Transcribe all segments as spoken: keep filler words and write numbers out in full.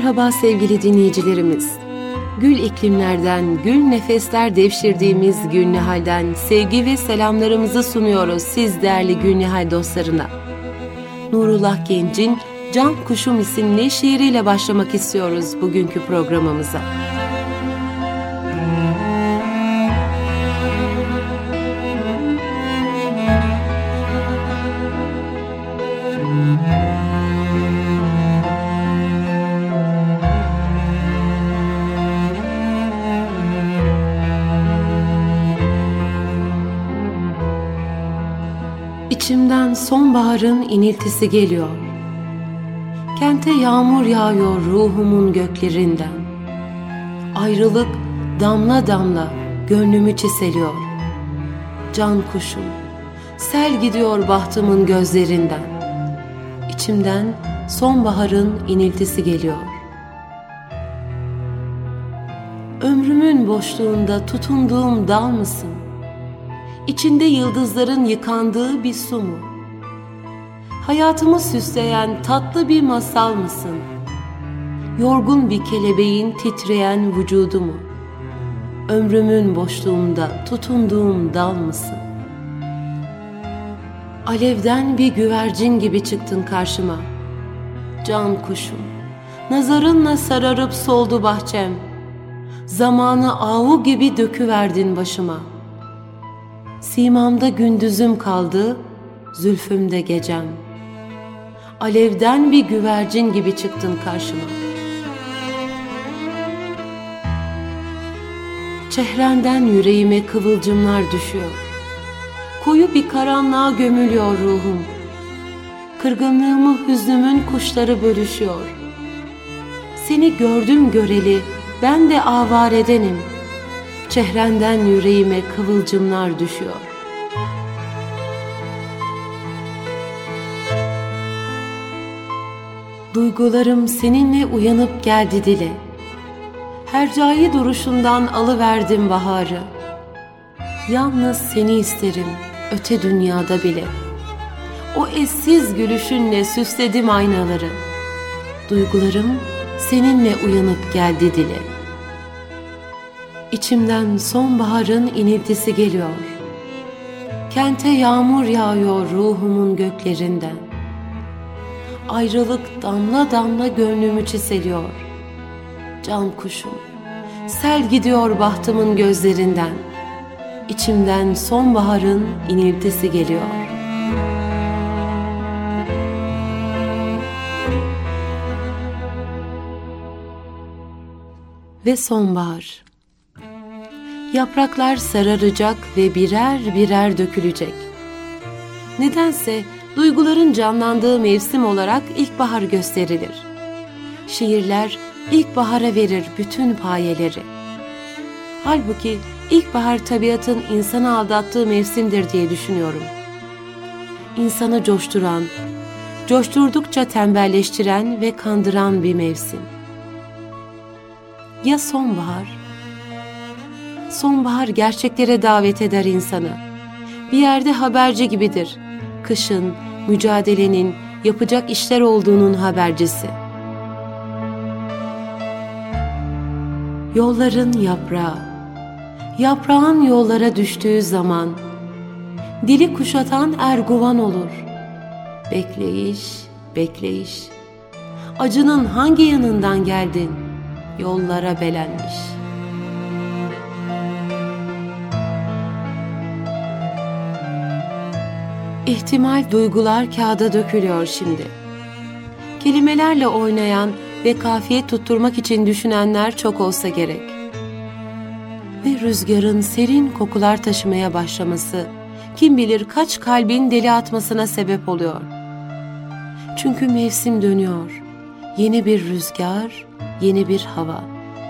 Merhaba sevgili dinleyicilerimiz. Gül iklimlerden, gül nefesler devşirdiğimiz Gülnihal'den sevgi ve selamlarımızı sunuyoruz siz değerli Gülnihal dostlarına. Nurullah Genç'in Can Kuşum isimli şiiriyle başlamak istiyoruz bugünkü programımıza. İçimden sonbaharın iniltisi geliyor. Kente yağmur yağıyor ruhumun göklerinden. Ayrılık damla damla gönlümü çiseliyor. Can kuşum, sel gidiyor bahtımın gözlerinden. İçimden sonbaharın iniltisi geliyor. Ömrümün boşluğunda tutunduğum dal mısın? İçinde yıldızların yıkandığı bir su mu? Hayatımı süsleyen tatlı bir masal mısın? Yorgun bir kelebeğin titreyen vücudu mu? Ömrümün boşluğunda tutunduğum dal mısın? Alevden bir güvercin gibi çıktın karşıma. Can kuşum, nazarınla sararıp soldu bahçem. Zamanı avu gibi döküverdin başıma. Simamda gündüzüm kaldı, zülfümde gecem. Alevden bir güvercin gibi çıktın karşıma. Çehrenden yüreğime kıvılcımlar düşüyor. Koyu bir karanlığa gömülüyor ruhum. Kırgınlığımı hüznümün kuşları bölüşüyor. Seni gördüm göreli, ben de avaredenim. Çehrenden yüreğime kıvılcımlar düşüyor. Duygularım seninle uyanıp geldi dile. Hercai duruşundan alıverdim baharı. Yalnız seni isterim öte dünyada bile. O eşsiz gülüşünle süsledim aynaları. Duygularım seninle uyanıp geldi dile. İçimden sonbaharın iniltisi geliyor. Kente yağmur yağıyor ruhumun göklerinden. Ayrılık damla damla gönlümü çiseliyor. Can kuşum, sel gidiyor bahtımın gözlerinden. İçimden sonbaharın iniltisi geliyor. Ve sonbahar. Yapraklar sararacak ve birer birer dökülecek. Nedense duyguların canlandığı mevsim olarak ilkbahar gösterilir. Şiirler ilkbahara verir bütün payeleri. Halbuki ilkbahar tabiatın insanı aldattığı mevsimdir diye düşünüyorum. İnsanı coşturan, coşturdukça tembelleştiren ve kandıran bir mevsim. Ya sonbahar? Sonbahar gerçeklere davet eder insanı. Bir yerde haberci gibidir. Kışın, mücadelenin, yapacak işler olduğunun habercisi. Yolların yaprağı, yaprağın yollara düştüğü zaman, dili kuşatan erguvan olur. Bekleyiş, bekleyiş. Acının hangi yanından geldin? Yollara belenmiş. İhtimal duygular kağıda dökülüyor şimdi. Kelimelerle oynayan ve kafiye tutturmak için düşünenler çok olsa gerek. Ve rüzgarın serin kokular taşımaya başlaması, kim bilir kaç kalbin deli atmasına sebep oluyor. Çünkü mevsim dönüyor. Yeni bir rüzgar, yeni bir hava.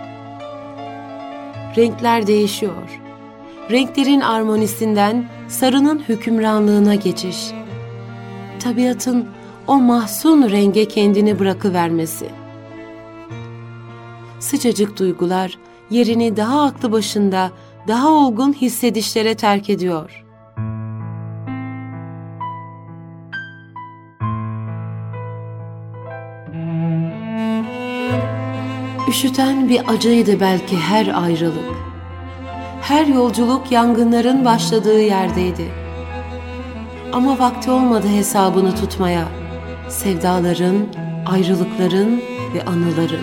Renkler değişiyor. Renklerin armonisinden sarının hükümranlığına geçiş. Tabiatın o mahzun renge kendini bırakıvermesi. Sıcacık duygular yerini daha aklı başında, daha olgun hissedişlere terk ediyor. Üşüten bir acıydı belki her ayrılık. Her yolculuk yangınların başladığı yerdeydi. Ama vakti olmadı hesabını tutmaya, sevdaların, ayrılıkların ve anıların.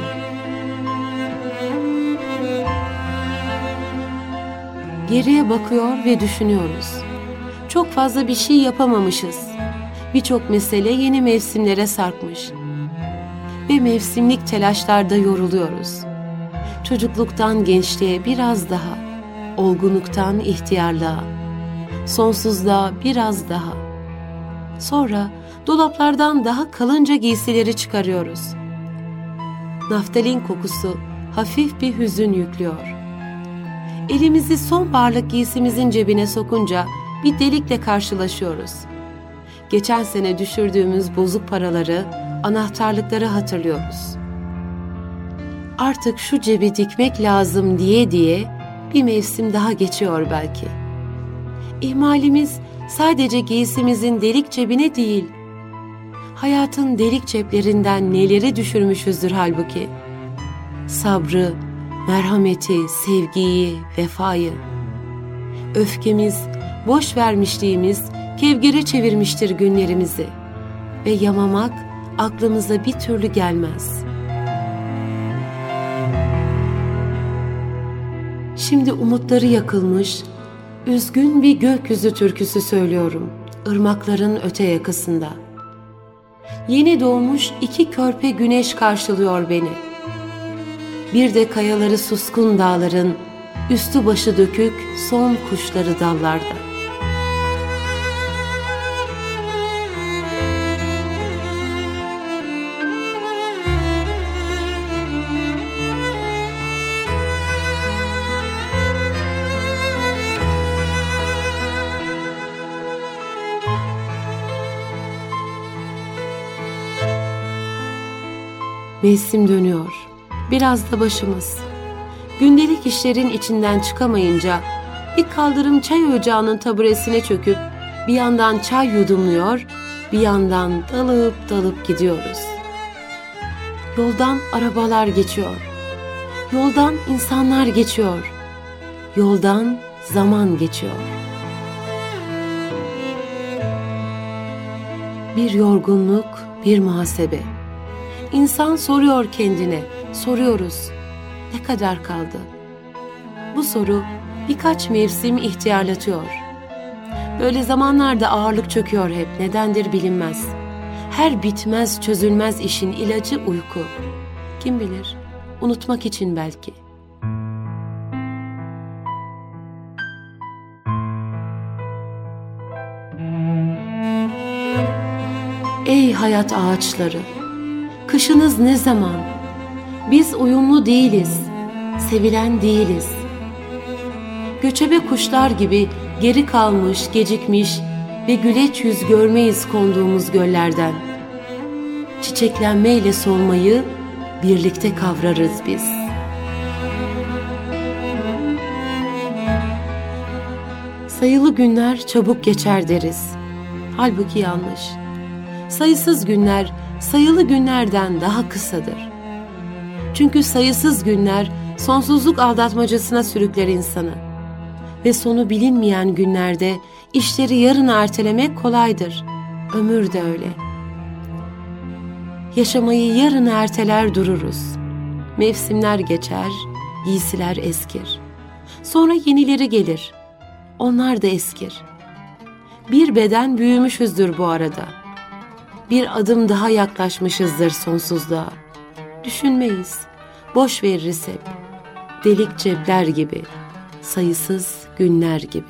Geriye bakıyor ve düşünüyoruz. Çok fazla bir şey yapamamışız. Birçok mesele yeni mevsimlere sarkmış. Ve mevsimlik telaşlarda yoruluyoruz. Çocukluktan gençliğe biraz daha, olgunluktan ihtiyarlığa, sonsuzluğa biraz daha. Sonra dolaplardan daha kalınca giysileri çıkarıyoruz. Naftalin kokusu hafif bir hüzün yüklüyor. Elimizi sonbaharlık giysimizin cebine sokunca bir delikle karşılaşıyoruz. Geçen sene düşürdüğümüz bozuk paraları, anahtarlıkları hatırlıyoruz. Artık şu cebi dikmek lazım diye diye bir mevsim daha geçiyor belki. İhmalimiz sadece giysimizin delik cebine değil, hayatın delik ceplerinden neleri düşürmüşüzdür halbuki. Sabrı, merhameti, sevgiyi, vefayı. Öfkemiz, boş vermişliğimiz kevgire çevirmiştir günlerimizi ve yamamak aklımıza bir türlü gelmez. Şimdi umutları yakılmış, üzgün bir gökyüzü türküsü söylüyorum, ırmakların öte yakasında. Yeni doğmuş iki körpe güneş karşılıyor beni. Bir de kayaları suskun dağların, üstü başı dökük son kuşları dallarda. Mevsim dönüyor. Biraz da başımız. Gündelik işlerin içinden çıkamayınca bir kaldırım çay ocağının taburesine çöküp bir yandan çay yudumluyor, bir yandan dalıp dalıp gidiyoruz. Yoldan arabalar geçiyor. Yoldan insanlar geçiyor. Yoldan zaman geçiyor. Bir yorgunluk, bir muhasebe. İnsan soruyor kendine, soruyoruz. Ne kadar kaldı? Bu soru birkaç mevsim ihtiyarlatıyor. Böyle zamanlarda ağırlık çöküyor hep, nedendir bilinmez. Her bitmez, çözülmez işin ilacı uyku. Kim bilir, unutmak için belki. Ey hayat ağaçları! Kışınız ne zaman? Biz uyumlu değiliz, sevilen değiliz. Göçebe kuşlar gibi geri kalmış, gecikmiş ve güleç yüz görmeyiz konduğumuz göllerden. Çiçeklenmeyle solmayı birlikte kavrarız biz. Sayılı günler çabuk geçer deriz. Halbuki yanlış. Sayısız günler sayılı günlerden daha kısadır. Çünkü sayısız günler sonsuzluk aldatmacasına sürükler insanı. Ve sonu bilinmeyen günlerde işleri yarına ertelemek kolaydır. Ömür de öyle. Yaşamayı yarına erteler dururuz. Mevsimler geçer, giysiler eskir. Sonra yenileri gelir. Onlar da eskir. Bir beden büyümüşüzdür bu arada. Bir adım daha yaklaşmışızdır sonsuzluğa. Düşünmeyiz, boş veririz hep. Delik cepler gibi, sayısız günler gibi.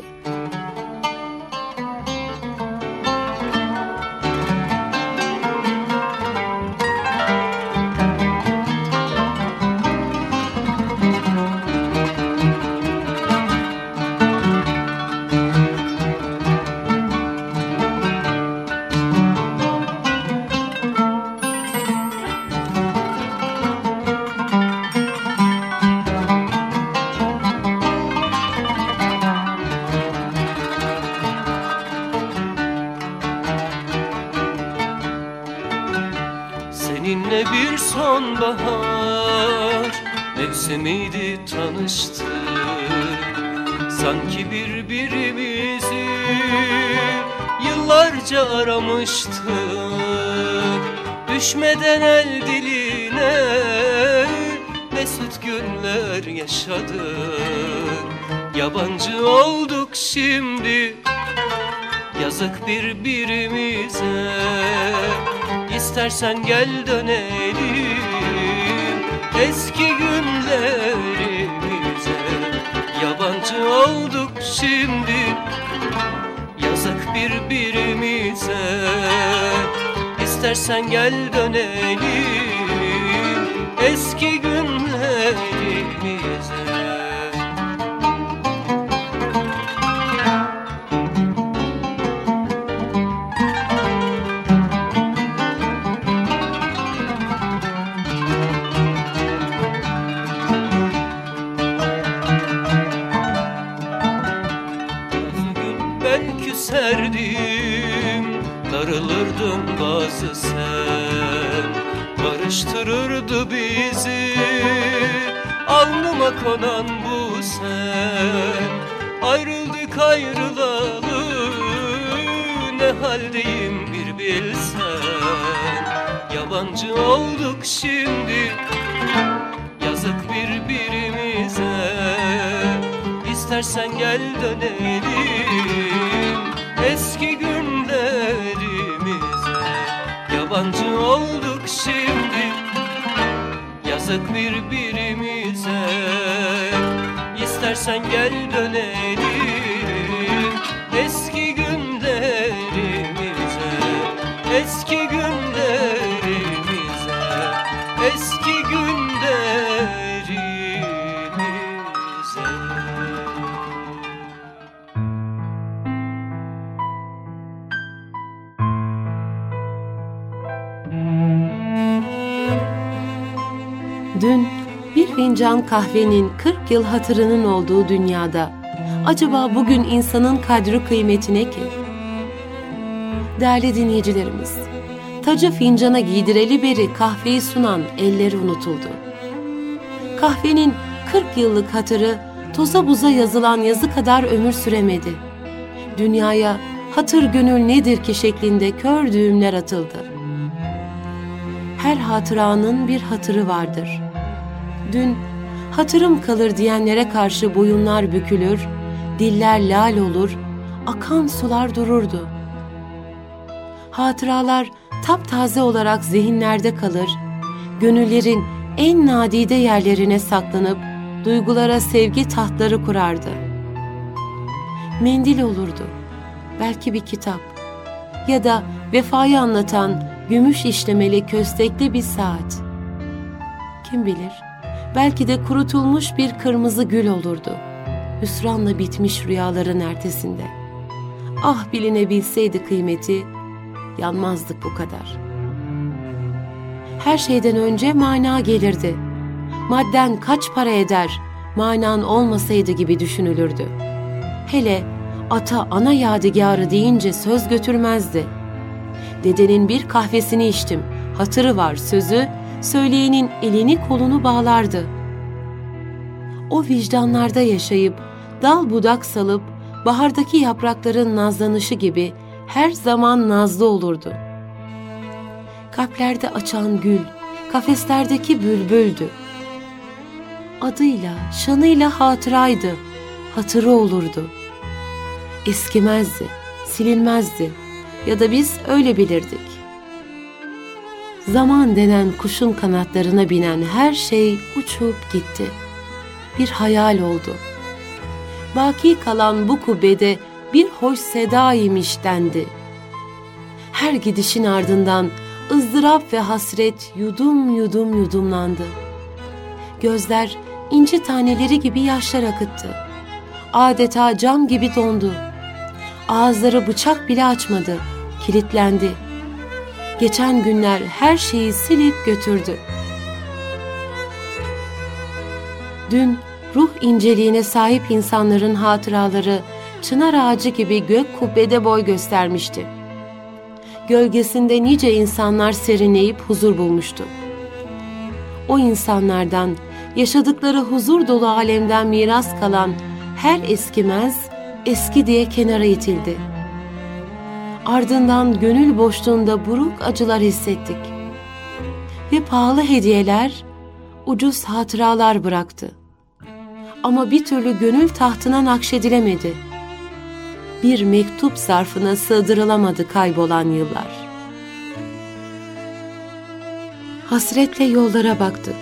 Seninle bir sonbahar mevsimiydi tanıştık. Sanki birbirimizi yıllarca aramıştık. Düşmeden el diline mesut günler yaşadık. Yabancı olduk şimdi, yazık birbirimize. İstersen gel dönelim eski günlerimize. Yabancı olduk şimdi, yazık birbirimize. İstersen gel dönelim eski günlerimize. Küserdim, darılırdım bazı sen. Barıştırırdı bizi alnıma konan bu sen. Ayrıldık ayrılalı ne haldeyim bir bilsen. Yabancı olduk şimdi, yazık birbirimize. İstersen gel dönelim eski günlerimize. Yabancı olduk şimdi, yazık birbirimize. İstersen gel dönelim eski günlerimize. Eski günlerimize, eski günlerimize. Dün bir fincan kahvenin kırk yıl hatırının olduğu dünyada acaba bugün insanın kadri kıymeti ne ki? Değerli dinleyicilerimiz, tacı fincana giydireli beri kahveyi sunan elleri unutuldu. Kahvenin kırk yıllık hatırı toza buza yazılan yazı kadar ömür süremedi. Dünyaya hatır gönül nedir ki şeklinde kör düğümler atıldı. Her hatıranın bir hatırı vardır. Dün hatırım kalır diyenlere karşı boyunlar bükülür, diller lal olur, akan sular dururdu. Hatıralar taptaze olarak zihinlerde kalır, gönüllerin en nadide yerlerine saklanıp duygulara sevgi tahtları kurardı. Mendil olurdu, belki bir kitap ya da vefayı anlatan gümüş işlemeli köstekli bir saat. Kim bilir, belki de kurutulmuş bir kırmızı gül olurdu, hüsranla bitmiş rüyaların ertesinde. Ah bilinebilseydi kıymeti, yanmazdık bu kadar. Her şeyden önce mana gelirdi. Madden kaç para eder, manan olmasaydı gibi düşünülürdü. Hele ata ana yadigarı deyince söz götürmezdi. Dedenin bir kahvesini içtim, hatırı var sözü, söyleyenin elini kolunu bağlardı. O vicdanlarda yaşayıp, dal budak salıp, bahardaki yaprakların nazlanışı gibi her zaman nazlı olurdu. Kalplerde açan gül, kafeslerdeki bülbüldü. Adıyla, şanıyla hatıraydı, hatırı olurdu. Eskimezdi, silinmezdi ya da biz öyle bilirdik. Zaman denen kuşun kanatlarına binen her şey uçup gitti. Bir hayal oldu. Baki kalan bu kubbede bir hoş sedaymış dendi. Her gidişin ardından ızdırap ve hasret yudum yudum yudumlandı. Gözler inci taneleri gibi yaşlar akıttı. Adeta cam gibi dondu. Ağızları bıçak bile açmadı, kilitlendi. Geçen günler her şeyi silip götürdü. Dün ruh inceliğine sahip insanların hatıraları çınar ağacı gibi gök kubbede boy göstermişti. Gölgesinde nice insanlar serinleyip huzur bulmuştu. O insanlardan yaşadıkları huzur dolu alemden miras kalan her eskimez eski diye kenara itildi. Ardından gönül boşluğunda buruk acılar hissettik. Ve pahalı hediyeler, ucuz hatıralar bıraktı. Ama bir türlü gönül tahtına nakşedilemedi. Bir mektup zarfına sığdırılamadı kaybolan yıllar. Hasretle yollara baktık.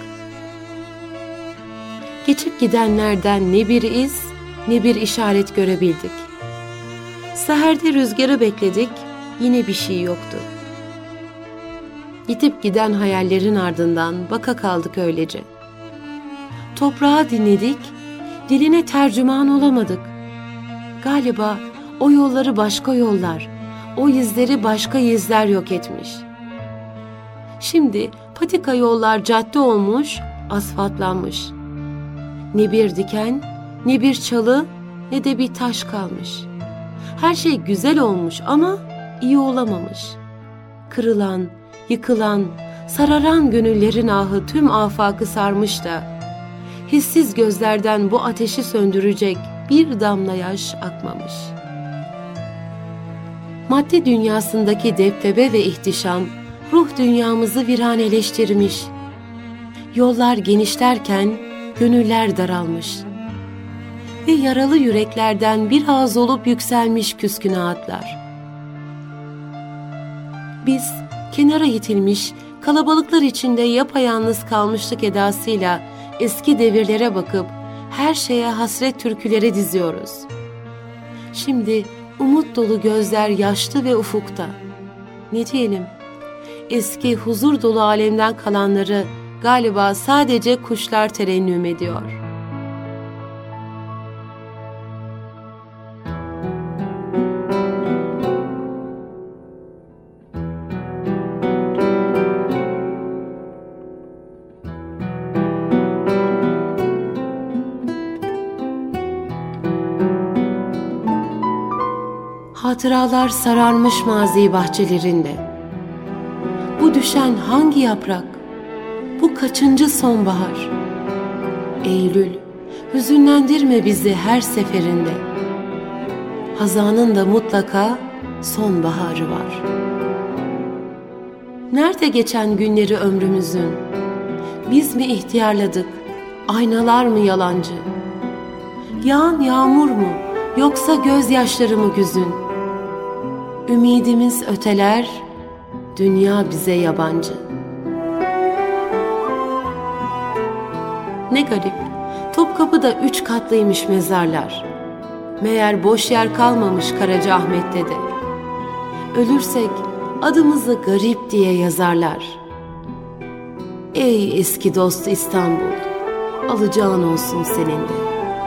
Geçip gidenlerden ne bir iz, ne bir işaret görebildik. Seherde rüzgarı bekledik, yine bir şey yoktu. Gidip giden hayallerin ardından baka kaldık öylece. Toprağı dinledik, diline tercüman olamadık. Galiba o yolları başka yollar, o izleri başka izler yok etmiş. Şimdi patika yollar cadde olmuş, asfaltlanmış. Ne bir diken, ne bir çalı, ne de bir taş kalmış. Her şey güzel olmuş ama iyi olamamış. Kırılan, yıkılan, sararan gönüllerin ahı tüm afakı sarmış da, hissiz gözlerden bu ateşi söndürecek bir damla yaş akmamış. Madde dünyasındaki deptebe ve ihtişam, ruh dünyamızı viraneleştirmiş. Yollar genişlerken gönüller daralmış. Ve yaralı yüreklerden bir haz olup yükselmiş küskünaatlar. Biz kenara itilmiş, kalabalıklar içinde yapayalnız kalmışlık edasıyla eski devirlere bakıp her şeye hasret türküleri diziyoruz. Şimdi umut dolu gözler yaşlı ve ufukta. Ne diyelim? Eski huzur dolu alemden kalanları galiba sadece kuşlar terennüm ediyor. Hatıralar sararmış mazi bahçelerinde. Bu düşen hangi yaprak? Bu kaçıncı sonbahar? Eylül, hüzünlendirme bizi her seferinde. Hazanın da mutlaka sonbaharı var. Nerede geçen günleri ömrümüzün? Biz mi ihtiyarladık? Aynalar mı yalancı? Yağan yağmur mu? Yoksa gözyaşları mı güzün? Ümidimiz öteler, dünya bize yabancı. Ne garip, Topkapı'da üç katlıymış mezarlar. Meğer boş yer kalmamış Karacaahmet'te de. Ölürsek adımızı garip diye yazarlar. Ey eski dost İstanbul, alacağın olsun senin de.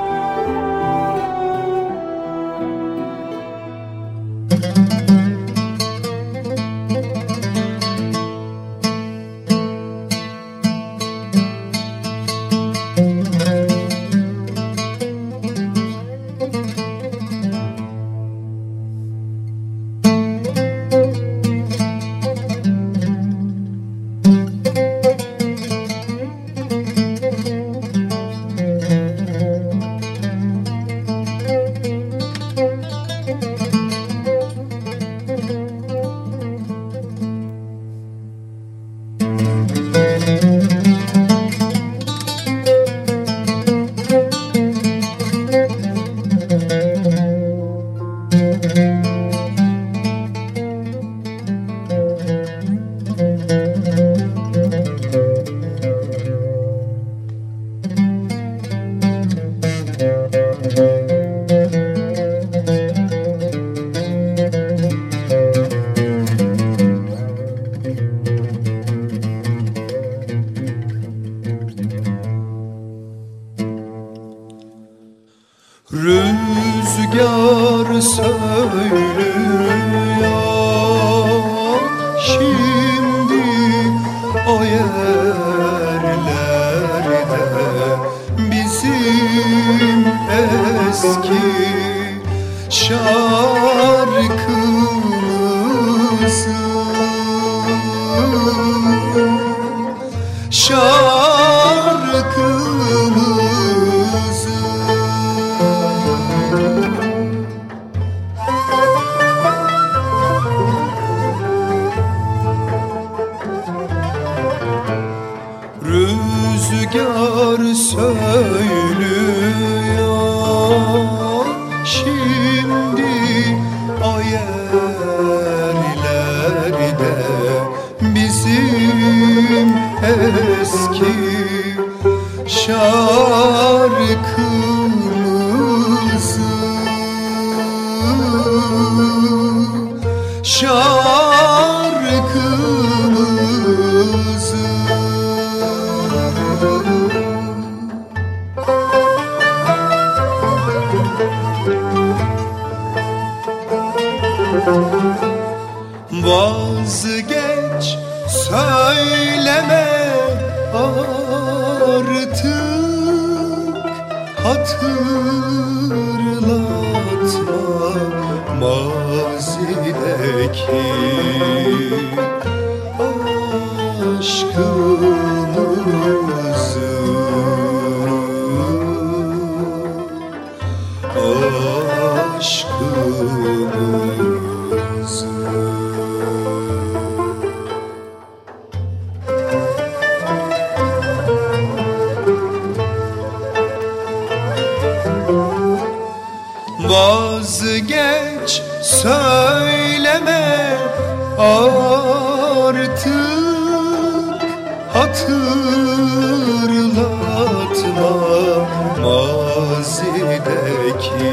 Rüzgar söylüyor şimdi o yerlerde bizim eski şarkımızı şarkı şarkımızı, şarkımızı. Vazgeç, söyleme artık, hatırlatma mazideki aşkımızı, aşkımızı. Vazgeç, söyleme artık, hatırlatma mazideki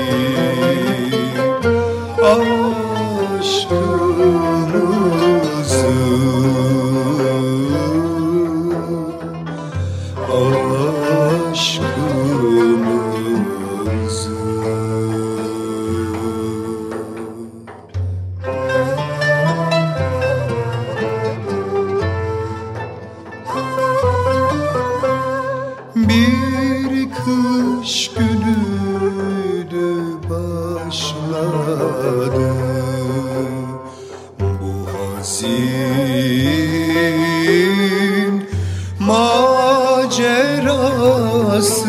aşkımızı, aşkımızı. Bir kış günüydü, başladı bu hazin macerası.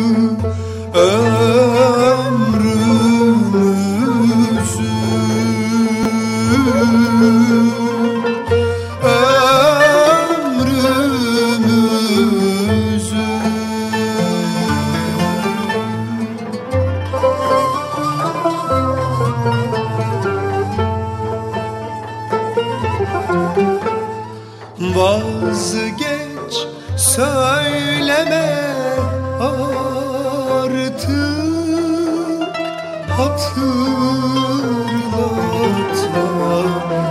Ömrümüzün, vazgeç, söyleme artık, hatırlatma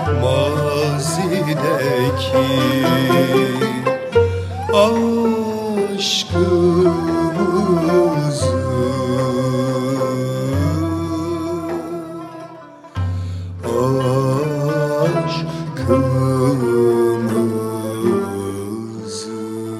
mazideki aşkımızı, aşkımızı.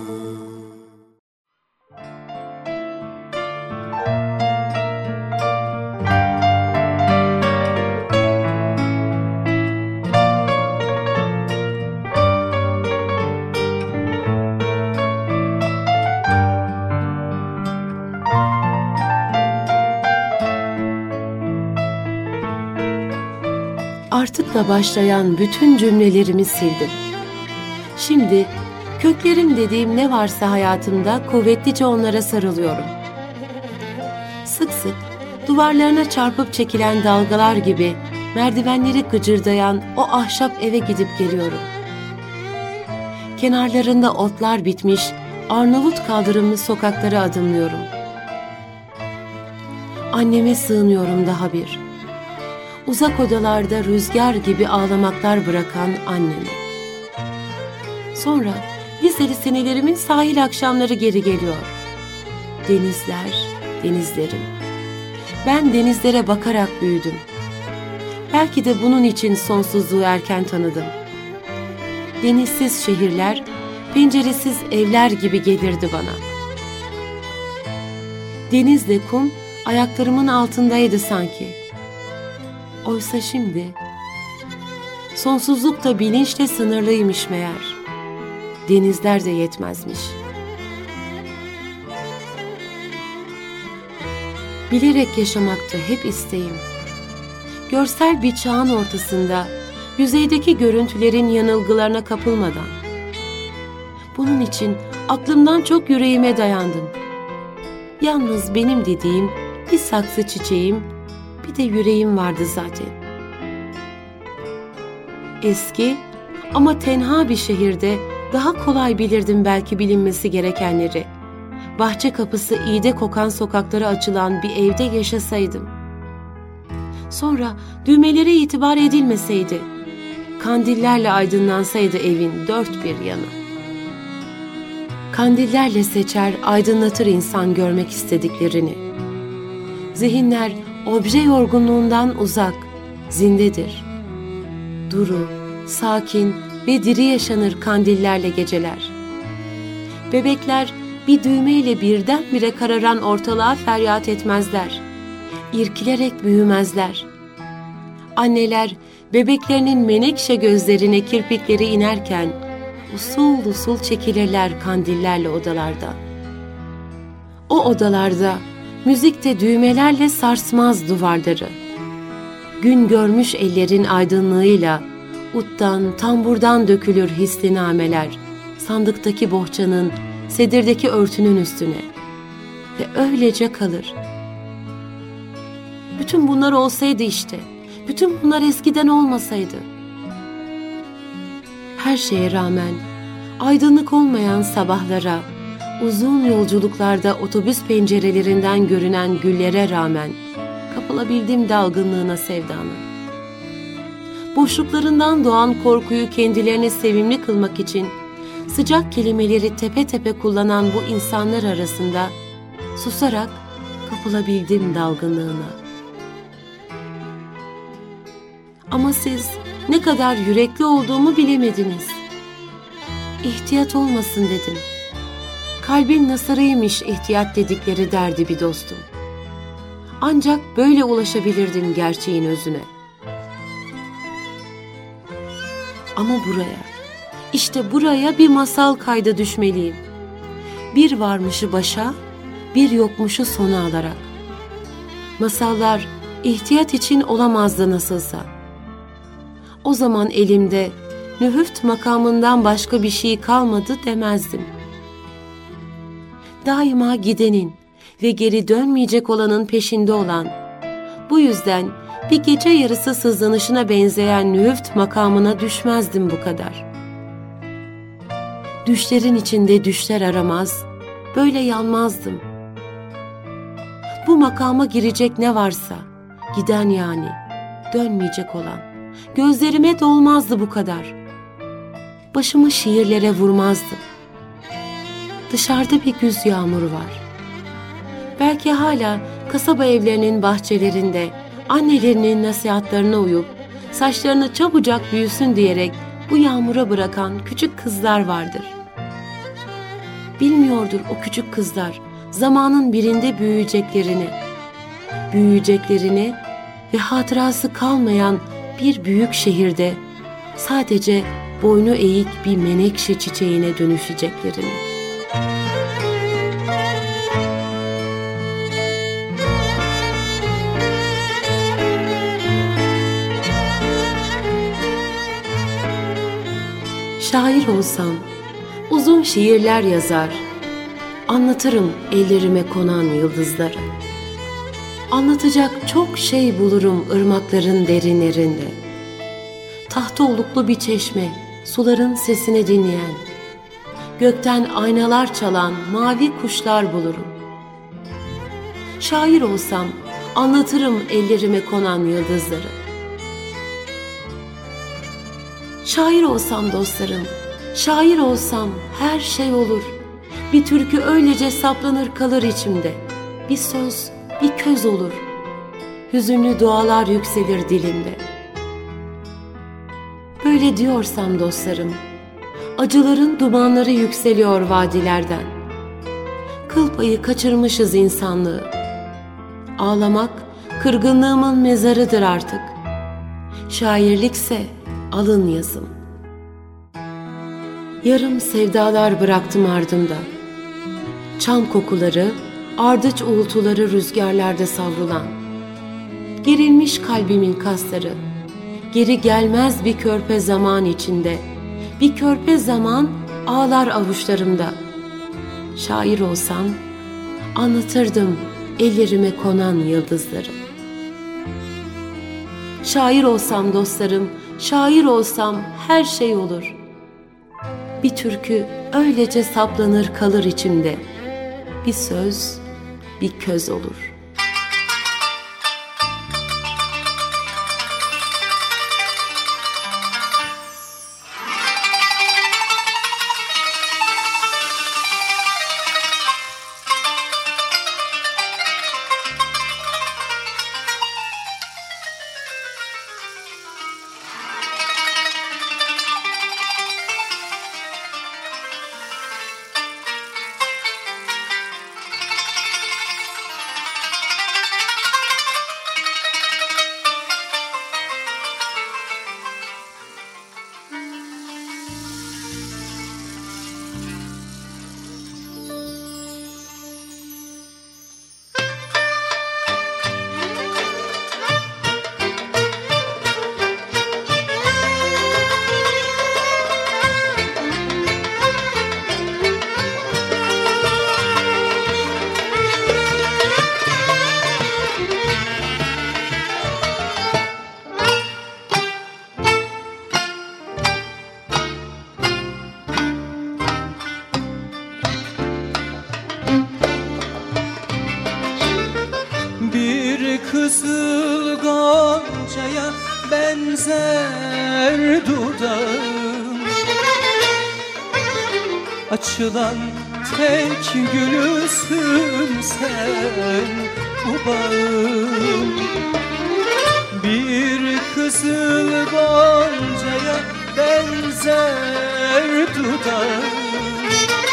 Artıkla başlayan bütün cümlelerimi sildim. Şimdi köklerim dediğim ne varsa hayatımda kuvvetlice onlara sarılıyorum. Sık sık duvarlarına çarpıp çekilen dalgalar gibi merdivenleri gıcırdayan o ahşap eve gidip geliyorum. Kenarlarında otlar bitmiş Arnavut kaldırımlı sokaklara adımlıyorum. Anneme sığınıyorum daha bir. Uzak odalarda rüzgar gibi ağlamaklar bırakan anneme. Sonra liseli senelerimin sahil akşamları geri geliyor. Denizler, denizlerim. Ben denizlere bakarak büyüdüm. Belki de bunun için sonsuzluğu erken tanıdım. Denizsiz şehirler, penceresiz evler gibi gelirdi bana. Denizle kum ayaklarımın altındaydı sanki. Oysa şimdi sonsuzluk da bilinçle sınırlıymış meğer. Denizler de yetmezmiş. Bilerek yaşamakta hep isteğim. Görsel bir çağın ortasında, yüzeydeki görüntülerin yanılgılarına kapılmadan. Bunun için aklımdan çok yüreğime dayandım. Yalnız benim dediğim bir saksı çiçeğim, bir de yüreğim vardı zaten. Eski ama tenha bir şehirde daha kolay bilirdim belki bilinmesi gerekenleri. bahçe kapısı iğde kokan sokaklara açılan bir evde yaşasaydım. Sonra düğmelere itibar edilmeseydi, kandillerle aydınlansaydı evin dört bir yanı. Kandillerle seçer, aydınlatır insan görmek istediklerini. Zihinler obje yorgunluğundan uzak, zindedir. Duru, sakin ve diri yaşanır kandillerle geceler. Bebekler bir düğmeyle birdenbire kararan ortalığa feryat etmezler. İrkilerek büyümezler. Anneler bebeklerinin menekşe gözlerine kirpikleri inerken usul usul çekilirler kandillerle odalarda. O odalarda müzikte düğmelerle sarsmaz duvarları. Gün görmüş ellerin aydınlığıyla uttan, tamburdan dökülür hisli-nameler, sandıktaki bohçanın, sedirdeki örtünün üstüne ve öylece kalır. Bütün bunlar olsaydı işte, bütün bunlar eskiden olmasaydı. Her şeye rağmen, aydınlık olmayan sabahlara, uzun yolculuklarda otobüs pencerelerinden görünen güllere rağmen, kapılabildim dalgınlığına sevdanın. Boşluklarından doğan korkuyu kendilerine sevimli kılmak için sıcak kelimeleri tepe tepe kullanan bu insanlar arasında susarak kapılabildim dalgınlığına. Ama siz ne kadar yürekli olduğumu bilemediniz. İhtiyat olmasın dedim. Kalbin nasırıymış ihtiyat dedikleri derdi bir dostum. Ancak böyle ulaşabilirdim gerçeğin özüne. Ama buraya, işte buraya bir masal kayda düşmeliyim. Bir varmışı başa, bir yokmuşu sona alarak. Masallar ihtiyat için olamazdı nasılsa. O zaman elimde nühüft makamından başka bir şey kalmadı demezdim. Daima gidenin ve geri dönmeyecek olanın peşinde olan, bu yüzden bir gece yarısı sızlanışına benzeyen nühüft makamına düşmezdim bu kadar. Düşlerin içinde düşler aramaz, böyle yanmazdım. Bu makama girecek ne varsa, giden yani, dönmeyecek olan, gözlerime dolmazdı bu kadar. Başımı şiirlere vurmazdım. Dışarıda bir güz yağmuru var. Belki hala kasaba evlerinin bahçelerinde annelerinin nasihatlarına uyup saçlarını çabucak büyüsün diyerek bu yağmura bırakan küçük kızlar vardır. Bilmiyordur o küçük kızlar zamanın birinde büyüyeceklerini, büyüyeceklerini ve hatırası kalmayan bir büyük şehirde sadece boynu eğik bir menekşe çiçeğine dönüşeceklerini. Şair olsam uzun şiirler yazar, anlatırım ellerime konan yıldızları. Anlatacak çok şey bulurum ırmakların derinlerinde. Tahta oluklu bir çeşme, suların sesini dinleyen, gökten aynalar çalan mavi kuşlar bulurum. Şair olsam anlatırım ellerime konan yıldızları. Şair olsam dostlarım, şair olsam her şey olur. Bir türkü öylece saplanır kalır içimde. Bir söz, bir köz olur. Hüzünlü dualar yükselir dilimde. Böyle diyorsam dostlarım, acıların dumanları yükseliyor vadilerden. Kıl payı kaçırmışız insanlığı. Ağlamak kırgınlığımın mezarıdır artık. Şairlikse alın yazım. Yarım sevdalar bıraktım ardımda. Çam kokuları, ardıç uğultuları rüzgarlarda savrulan. Gerilmiş kalbimin kasları, geri gelmez bir körpe zaman içinde. Bir körpe zaman ağlar avuçlarımda. Şair olsam anlatırdım ellerime konan yıldızları. Şair olsam dostlarım, şair olsam her şey olur. Bir türkü öylece saplanır kalır içimde. bir söz, bir köz olur. Kızıl goncaya benzer dudağım, açılan tek gülüsün sen bu bağım. Bir kızıl goncaya benzer dudağım,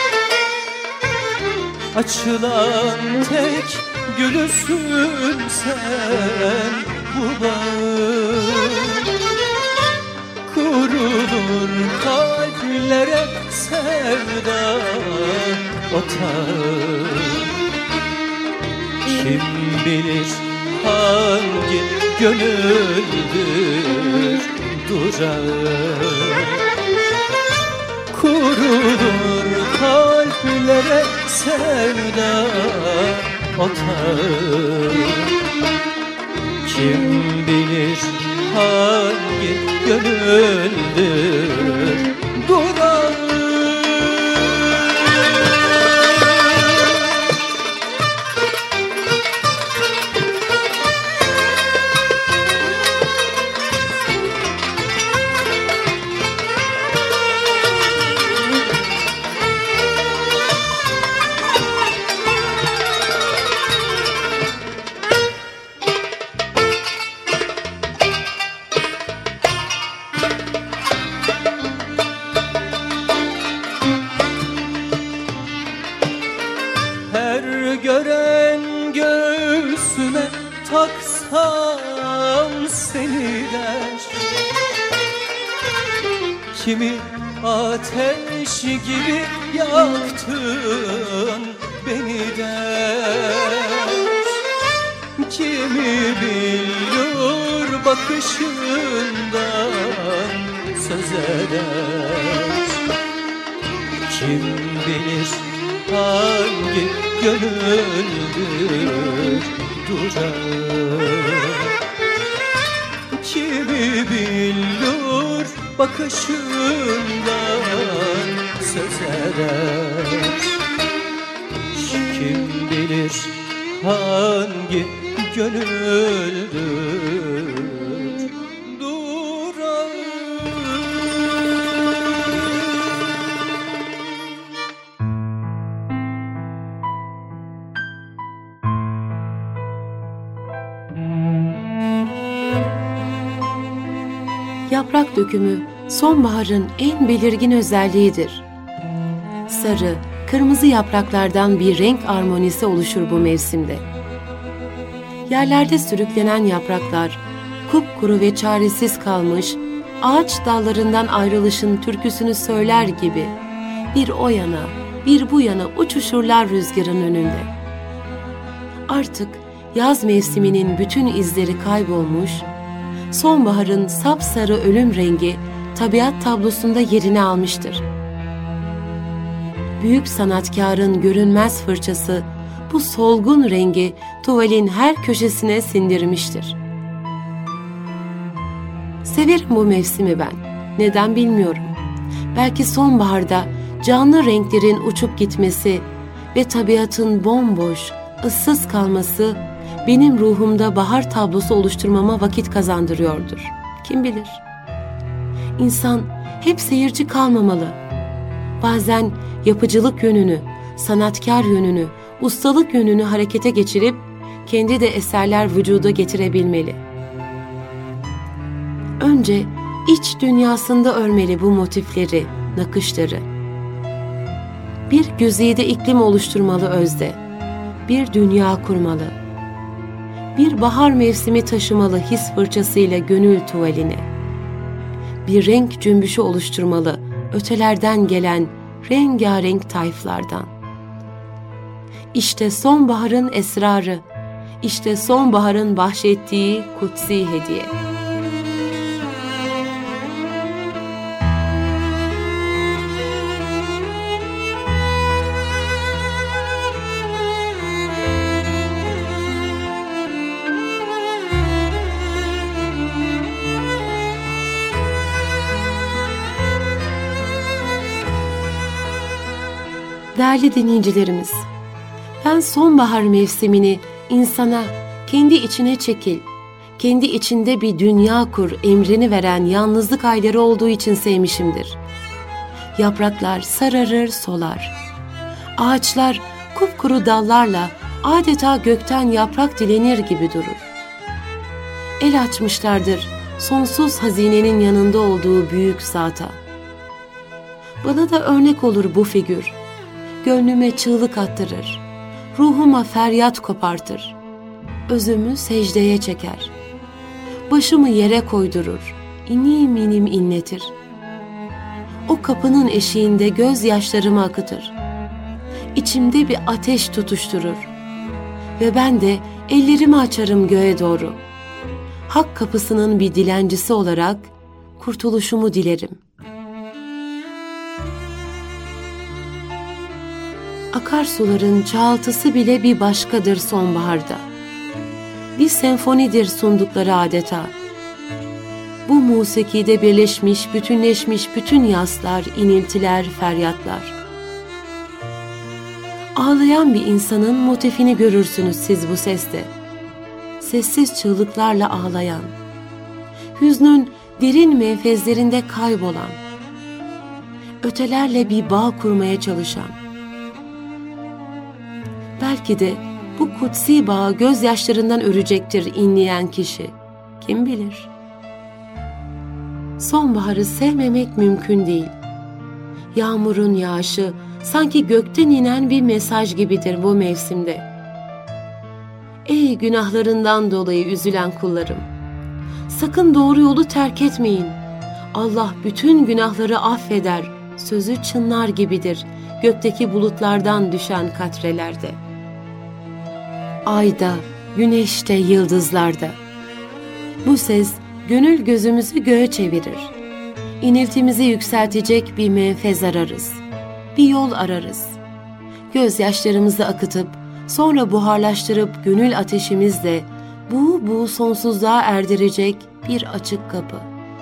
açılan tek gülüsün sen bu bağım. Kurulur kalplere sevda otağı, kim bilir hangi gönüldür durağı. Kurulur kalplere sevda otağı, kim bilir hangi gönüldür durağı. Gören göğsüne taksam seni der, kimi ateş gibi yaktın beni der. Kimi bilir bakışından söz eder, kim bilir hangi gönüldür durağı. Kimi bilir bakışından söz eder, kim bilir hangi gönüldür durağı. Yaprak dökümü sonbaharın en belirgin özelliğidir. Sarı, kırmızı yapraklardan bir renk armonisi oluşur bu mevsimde. Yerlerde sürüklenen yapraklar, kupkuru ve çaresiz kalmış, ağaç dallarından ayrılışın türküsünü söyler gibi bir o yana, bir bu yana uçuşurlar rüzgarın önünde. Artık yaz mevsiminin bütün izleri kaybolmuş, sonbaharın sapsarı ölüm rengi tabiat tablosunda yerini almıştır. Büyük sanatkarın görünmez fırçası bu solgun rengi tuvalin her köşesine sindirmiştir. Severim bu mevsimi ben. Neden bilmiyorum. Belki sonbaharda canlı renklerin uçup gitmesi, ve tabiatın bomboş, ıssız kalması benim ruhumda bahar tablosu oluşturmama vakit kazandırıyordur. Kim bilir? İnsan hep seyirci kalmamalı. Bazen yapıcılık yönünü, sanatkar yönünü, ustalık yönünü harekete geçirip kendi de eserler vücuda getirebilmeli. Önce iç dünyasında örmeli bu motifleri, nakışları. Bir güzide iklim oluşturmalı özde, bir dünya kurmalı. Bir bahar mevsimi taşımalı his fırçasıyla gönül tuvaline. Bir renk cümbüşü oluşturmalı ötelerden gelen rengarenk tayflardan. İşte sonbaharın esrarı, işte sonbaharın bahşettiği kutsi hediye. Değerli dinleyicilerimiz, ben sonbahar mevsimini insana kendi içine çekil, kendi içinde bir dünya kur emrini veren yalnızlık ayları olduğu için sevmişimdir. Yapraklar sararır solar. Ağaçlar kupkuru dallarla adeta gökten yaprak dilenir gibi durur. El açmışlardır sonsuz hazinenin yanında olduğu büyük zata. Bana da örnek olur bu figür. Gönlüme çığlık attırır, ruhuma feryat kopartır, özümü secdeye çeker, başımı yere koydurur, inim inim inletir. O kapının eşiğinde gözyaşlarımı akıtır, içimde bir ateş tutuşturur ve ben de ellerimi açarım göğe doğru. Hak kapısının bir dilencisi olarak kurtuluşumu dilerim. Akarsuların çağıltısı bile bir başkadır sonbaharda. Bir senfonidir sundukları adeta. Bu musikide birleşmiş, bütünleşmiş bütün yaslar, iniltiler, feryatlar. Ağlayan bir insanın motifini görürsünüz siz bu seste. Sessiz çığlıklarla ağlayan, hüznün derin menfezlerinde kaybolan, ötelerle bir bağ kurmaya çalışan, belki de bu kutsi bağı gözyaşlarından örecektir inleyen kişi. Kim bilir? Sonbaharı sevmemek mümkün değil. Yağmurun yağışı sanki gökten inen bir mesaj gibidir bu mevsimde. Ey günahlarından dolayı üzülen kullarım! Sakın doğru yolu terk etmeyin. Allah bütün günahları affeder. Sözü çınlar gibidir gökteki bulutlardan düşen katrelerde. Ayda, güneşte, yıldızlarda. Bu ses gönül gözümüzü göğe çevirir. İniltimizi yükseltecek bir menfez ararız. Bir yol ararız. Gözyaşlarımızı akıtıp, sonra buharlaştırıp gönül ateşimizle bu bu sonsuzluğa erdirecek bir açık kapı.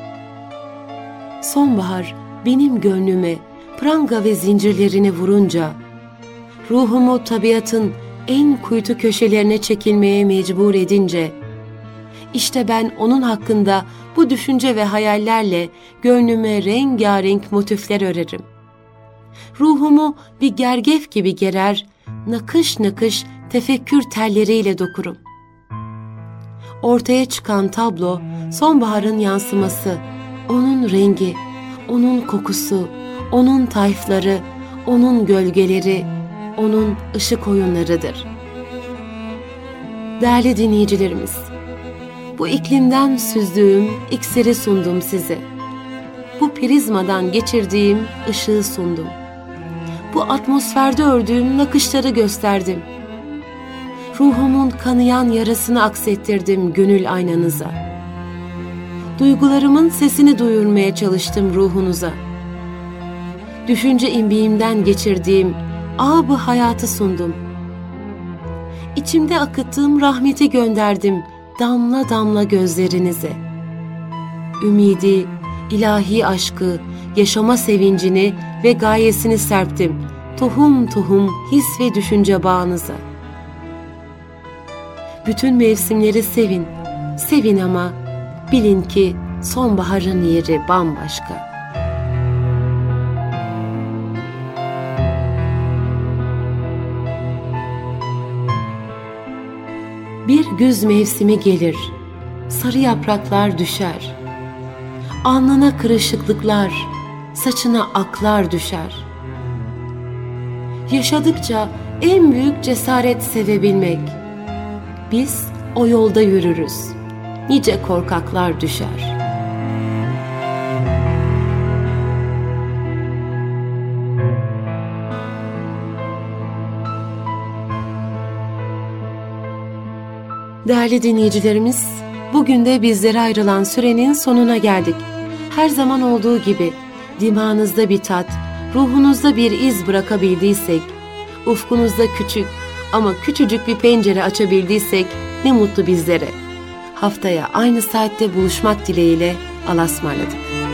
Sonbahar benim gönlüme pranga ve zincirlerini vurunca, ruhumu tabiatın en kuytu köşelerine çekilmeye mecbur edince, işte ben onun hakkında bu düşünce ve hayallerle gönlüme rengarenk motifler örerim. Ruhumu bir gergef gibi gerer, nakış nakış tefekkür telleriyle dokurum. Ortaya çıkan tablo sonbaharın yansıması, onun rengi, onun kokusu, onun tayfları, onun gölgeleri, onun ışık oyunlarıdır. Değerli dinleyicilerimiz, bu iklimden süzdüğüm iksiri sundum size. Bu prizmadan geçirdiğim ışığı sundum. Bu atmosferde ördüğüm nakışları gösterdim. Ruhumun kanayan yarasını aksettirdim gönül aynanıza. Duygularımın sesini duyurmaya çalıştım ruhunuza. Düşünce imbiğimden geçirdiğim ağabey hayatı sundum. İçimde akıttığım rahmeti gönderdim damla damla gözlerinize. Ümidi, ilahi aşkı, yaşama sevincini ve gayesini serptim tohum tohum his ve düşünce bağınıza. Bütün mevsimleri sevin, sevin ama bilin ki sonbaharın yeri bambaşka. Bir güz mevsimi gelir, sarı yapraklar düşer. Alnına kırışıklıklar, saçına aklar düşer. Yaşadıkça en büyük cesaret sevebilmek. Biz o yolda yürürüz, nice korkaklar düşer. Değerli dinleyicilerimiz, bugün de bizlere ayrılan sürenin sonuna geldik. Her zaman olduğu gibi dimağınızda bir tat, ruhunuzda bir iz bırakabildiysek, ufkunuzda küçük ama küçücük bir pencere açabildiysek ne mutlu bizlere. Haftaya aynı saatte buluşmak dileğiyle Allah'a ısmarladık.